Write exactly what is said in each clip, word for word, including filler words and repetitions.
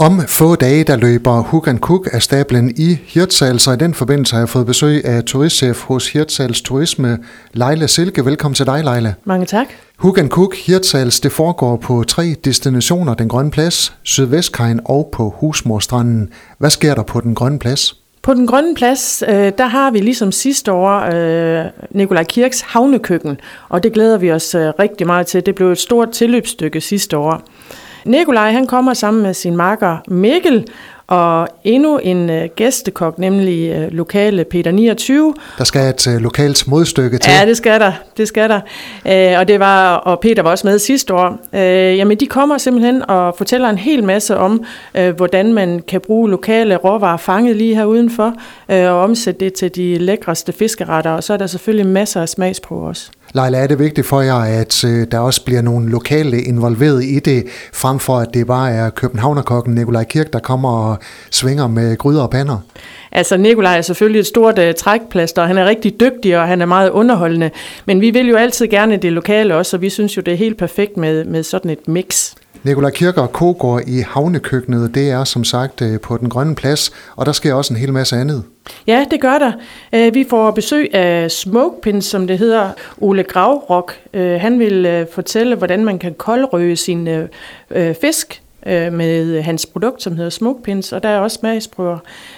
Om få dage, der løber Hook and Cook af stablen i Hirtshals, og i den forbindelse har jeg fået besøg af turistchef hos Hirtshals Turisme, Leila Silke. Velkommen til dig, Leila. Mange tak. Hook and Cook Hirtshals, det foregår på tre destinationer, Den Grønne Plads, Sydvestkajen og på Husmorstranden. Hvad sker der på Den Grønne Plads? På Den Grønne Plads, øh, der har vi ligesom sidste år øh, Nikolaj Kirks havnekøkken, og det glæder vi os øh, rigtig meget til. Det blev et stort tilløbsstykke sidste år. Nikolaj, han kommer sammen med sin makker Mikkel og endnu en øh, gæstekok, nemlig øh, lokale Peter niogtyve. Der skal et øh, lokalt modstykke til. Ja, det skal der. Det skal der. Øh, og det var og Peter var også med sidste år. Øh, jamen, de kommer simpelthen og fortæller en hel masse om, øh, hvordan man kan bruge lokale råvarer fanget lige her udenfor, øh, og omsætte det til de lækreste fiskeretter. Og så er der selvfølgelig masser af smagsprøver også. Leila, er det vigtigt for jer, at øh, der også bliver nogle lokale involveret i det, frem for at det bare er københavnerkokken Nikolaj Kirk, der kommer og svinger med gryder og pander? Altså, Nikolaj er selvfølgelig et stort uh, trækplaster, og han er rigtig dygtig, og han er meget underholdende. Men vi vil jo altid gerne det lokale også, og vi synes jo, det er helt perfekt med, med sådan et mix. Nikolaj Kirk og Co. går i havnekøkkenet. Det er som sagt på Den Grønne Plads, og der sker også en hel masse andet. Ja, det gør der. Vi får besøg af Smokepins, som det hedder, Ole Gravrok. Han vil fortælle, hvordan man kan koldrøge sine fisk med hans produkt, som hedder Smokepins, og der er også smagsprøver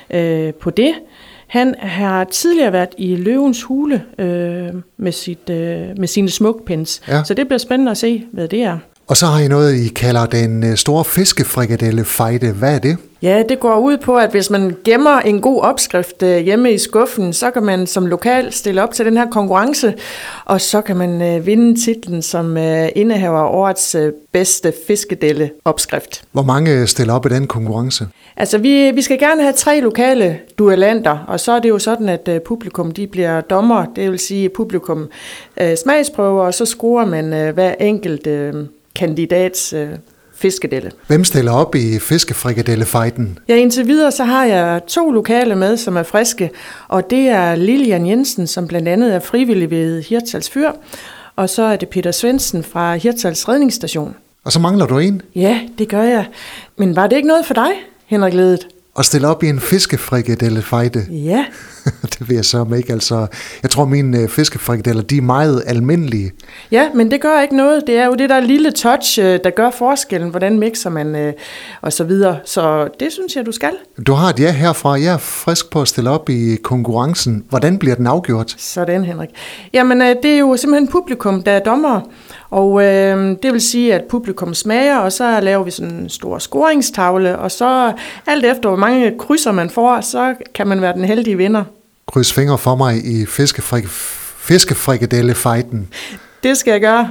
på det. Han har tidligere været i Løvens Hule med, sit, med sine Smokepins, ja. Så det bliver spændende at se, hvad det er. Og så har I noget, I kalder den store fiskefrikadellefejde. Hvad er det? Ja, det går ud på, at hvis man gemmer en god opskrift hjemme i skuffen, så kan man som lokal stille op til den her konkurrence, og så kan man vinde titlen som indehaver af årets bedste fiskedelleopskrift. Hvor mange stiller op i den konkurrence? Altså, vi, vi skal gerne have tre lokale duellanter, og så er det jo sådan, at publikum de bliver dommer, det vil sige publikum øh, smagsprøver, og så scorer man øh, hver enkelt øh, kandidats øh, fiskedelle. Hvem stiller op i fiskefrikadellefejden? Ja, indtil videre så har jeg to lokale med, som er friske, og det er Lilian Jensen, som blandt andet er frivillig ved Hirtshals Fyr, og så er det Peter Svendsen fra Hirtshals Redningsstation. Og så mangler du en? Ja, det gør jeg. Men var det ikke noget for dig, Henrik Ledet? Og stille op i en fiskefrikadellefejde? Ja. Det vil jeg så ikke. Altså, jeg tror, mine fiskefrikadeller, de er meget almindelige. Ja, men det gør ikke noget. Det er jo det der lille touch, der gør forskellen. Hvordan mixer man og så videre. Så det synes jeg, du skal. Du har et ja herfra. Jeg er frisk på at stille op i konkurrencen. Hvordan bliver den afgjort? Sådan, Henrik. Jamen, det er jo simpelthen publikum, der er dommere. Og øh, det vil sige, at publikum smager, og så laver vi sådan en stor scoringstavle, og så alt efter, hvor mange krydser man får, så kan man være den heldige vinder. Kryds fingre for mig i fiskefrik- fiskefrikadellefejden. Det skal jeg gøre.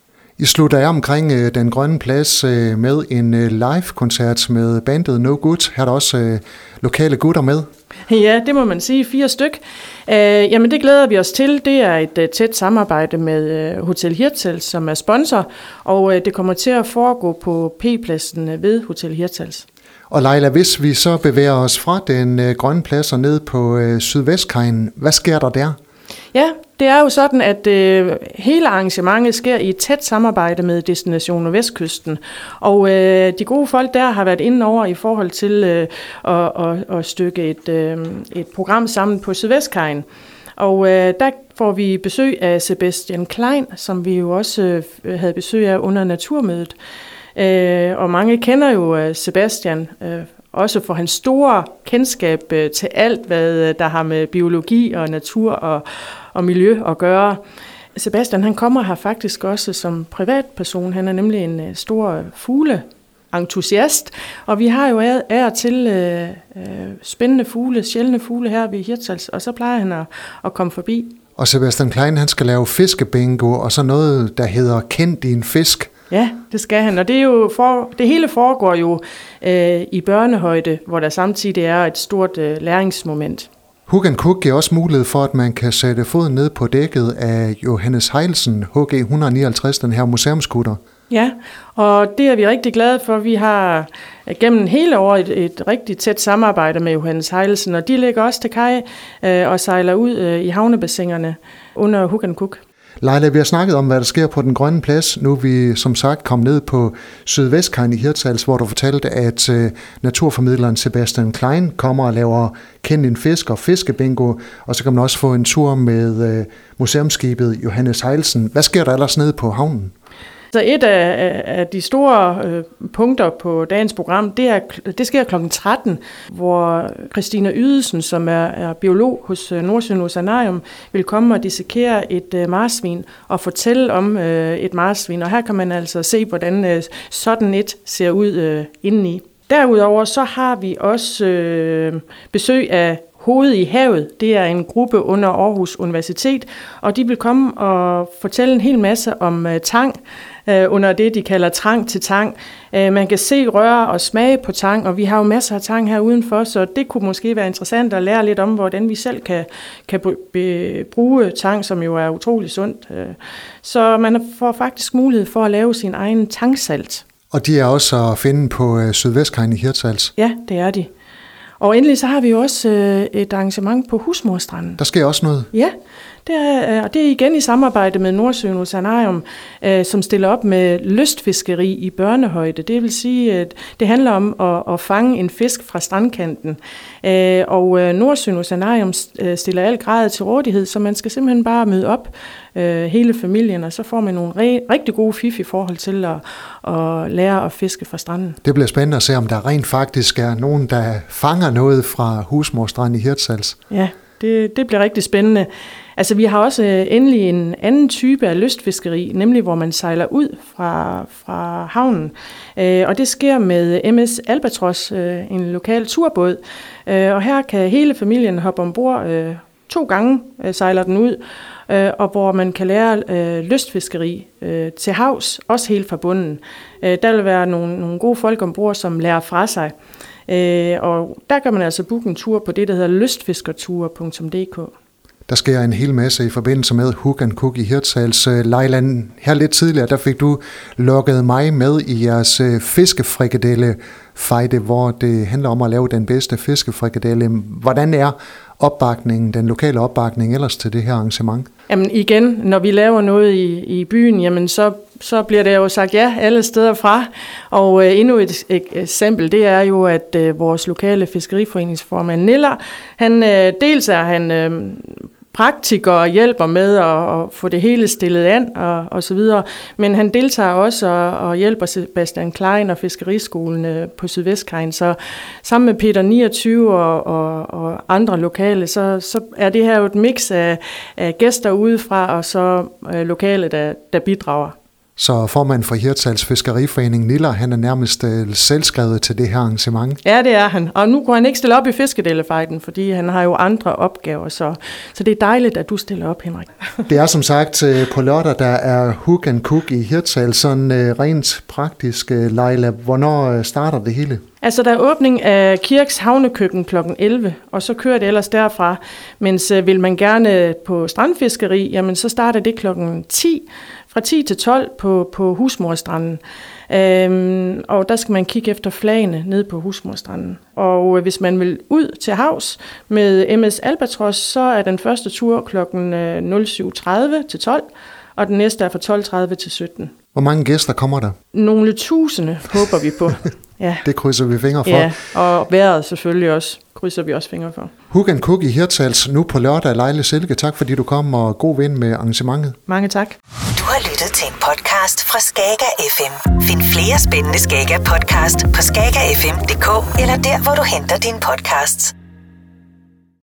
I slutter jeg omkring øh, Den Grønne Plads øh, med en øh, live-koncert med bandet No Good. Her er der også øh, lokale gutter med. Ja, det må man sige. Fire styk. Øh, jamen, det glæder vi os til. Det er et uh, tæt samarbejde med uh, Hotel Hirtshals, som er sponsor, og uh, det kommer til at foregå på P-pladsen ved Hotel Hirtshals. Og Leila, hvis vi så bevæger os fra Den øh, Grønne Plads og ned på øh, Sydvestkajen, hvad sker der der? Ja, det er jo sådan, at øh, hele arrangementet sker i et tæt samarbejde med Destination Nordvestkysten. Og øh, de gode folk der har været inde over i forhold til øh, at, at, at stykke et, øh, et program sammen på Sydvestkajen. Og øh, der får vi besøg af Sebastian Klein, som vi jo også øh, havde besøg af under Naturmødet. Øh, og mange kender jo øh, Sebastian, øh, også for hans store kendskab øh, til alt, hvad der har med biologi og natur og, og miljø at gøre. Sebastian, han kommer her faktisk også som privatperson. Han er nemlig en øh, stor fugleentusiast, og vi har jo af, af og til øh, øh, spændende fugle, sjældne fugle her ved Hirtshals, og så plejer han at, at komme forbi. Og Sebastian Klein, han skal lave fiskebingo, og så noget, der hedder Kend din fisk. Ja, det skal han, og det, er jo for, det hele foregår jo øh, i børnehøjde, hvor der samtidig er et stort øh, læringsmoment. Hook and Cook giver også mulighed for, at man kan sætte foden ned på dækket af Johannes Heilsen, H G et hundrede nioghalvtreds, den her museumskutter. Ja, og det er vi rigtig glade for. Vi har gennem hele året et, et rigtig tæt samarbejde med Johannes Heilsen, og de ligger også til kaj øh, og sejler ud øh, i havnebassinerne under Hook and Cook. Leila, vi har snakket om, hvad der sker på den grønne plads. Nu er vi som sagt kommet ned på Sydvestkajen i Hirtshals, hvor du fortalte, at uh, naturformidleren Sebastian Klein kommer og laver Kend en fisk og fiskebingo, og så kan man også få en tur med uh, museumsskibet Johannes Heilsen. Hvad sker der ellers nede på havnen? Så et af, af de store øh, punkter på dagens program, det, er, det sker klokken tretten, hvor Christina Ydesen, som er, er biolog hos Nordsøen Oceanarium, vil komme og dissekere et øh, marsvin og fortælle om øh, et marsvin. Og her kan man altså se, hvordan øh, sådan et ser ud øh, indeni. Derudover så har vi også øh, besøg af Hoved i havet. Det er en gruppe under Aarhus Universitet, og de vil komme og fortælle en hel masse om uh, tang, uh, under det, de kalder trang til tang. Uh, man kan se, røre og smage på tang, og vi har jo masser af tang her udenfor, så det kunne måske være interessant at lære lidt om, hvordan vi selv kan, kan bruge tang, som jo er utrolig sundt. Uh, så man får faktisk mulighed for at lave sin egen tangsalt. Og de er også at finde på uh, Sydvestkajen i Hirtshals? Ja, det er de. Og endelig så har vi jo også øh, et arrangement på Husmorstranden. Der sker også noget? Ja, det er, og det er igen i samarbejde med Nordsøen Oceanarium, øh, som stiller op med lystfiskeri i børnehøjde. Det vil sige, at det handler om at, at fange en fisk fra strandkanten. Øh, og øh, Nordsøen Oceanarium stiller al grad til rådighed, så man skal simpelthen bare møde op øh, hele familien, og så får man nogle re- rigtig gode fif i forhold til at, at lære at fiske fra stranden. Det bliver spændende at se, om der rent faktisk er nogen, der fanger noget fra Husmorstranden i Hirtshals. Ja, det, det bliver rigtig spændende. Altså, vi har også endelig en anden type af lystfiskeri, nemlig hvor man sejler ud fra, fra havnen. Øh, og det sker med M S Albatros, øh, en lokal turbåd. Øh, og her kan hele familien hoppe ombord. Øh, to gange øh, sejler den ud, øh, og hvor man kan lære øh, lystfiskeri øh, til havs, også helt fra bunden. Øh, der vil være nogle, nogle gode folk ombord, som lærer fra sig. Øh, og der kan man altså booke en tur på det, der hedder lystfiskerture punktum d k. Der sker en hel masse i forbindelse med Hook and Cook i Hirtshals. Leila, her lidt tidligere, der fik du lukket mig med i jeres fiskefrikadelle fejde, hvor det handler om at lave den bedste fiskefrikadelle. Hvordan er opbakningen, den lokale opbakning ellers til det her arrangement? Jamen igen, når vi laver noget i, i byen, jamen så, så bliver det jo sagt ja alle steder fra. Og øh, endnu et, et eksempel, det er jo, at øh, vores lokale fiskeriforeningsformand Niller, han øh, dels er han øh, praktiker og hjælper med at, at få det hele stillet an og, og så videre. Men han deltager også og, og hjælper Sebastian Klein og Fiskeriskolen på Sydvestkajen. Så sammen med Peter niogtyve og, og, og andre lokale, så, så er det her jo et mix af, af gæster udefra og så øh, lokale, der, der bidrager. Så formanden for Hirtshals Fiskeriforening, Niller, han er nærmest øh, selvskrevet til det her arrangement. Ja, det er han. Og nu kunne han ikke stille op i fiskedellefejden, fordi han har jo andre opgaver. Så, så det er dejligt, at du stiller op, Henrik. Det er som sagt øh, på lørdag, der er Hook and Cook i Hirtshals. Sådan øh, rent praktisk, øh, Leila. Hvornår øh, starter det hele? Altså, der er åbning af Kirks havnekøkken klokken elleve, og så kører det ellers derfra. Mens øh, vil man gerne på strandfiskeri, jamen så starter det klokken ti, fra ti til tolv på, på Husmorstranden. Øhm, og der skal man kigge efter flagene nede på Husmorstranden. Og øh, hvis man vil ud til havs med M S Albatros, så er den første tur klokken øh, nul syv tredive til tolv, og den næste er fra tolv tredive til sytten. Hvor mange gæster kommer der? Nogle tusinde håber vi på. Ja. Det krydser vi fingre for. Ja, og vejret selvfølgelig også, krydser vi også fingre for. Hook and Cook i Hirtshals nu på lørdag. Leila Silke, tak fordi du kom, og god vind med arrangementet. Mange tak. Du har lyttet til en podcast fra Skager F M. Find flere spændende Skager podcast på skager f m punktum d k eller der, hvor du henter dine podcasts.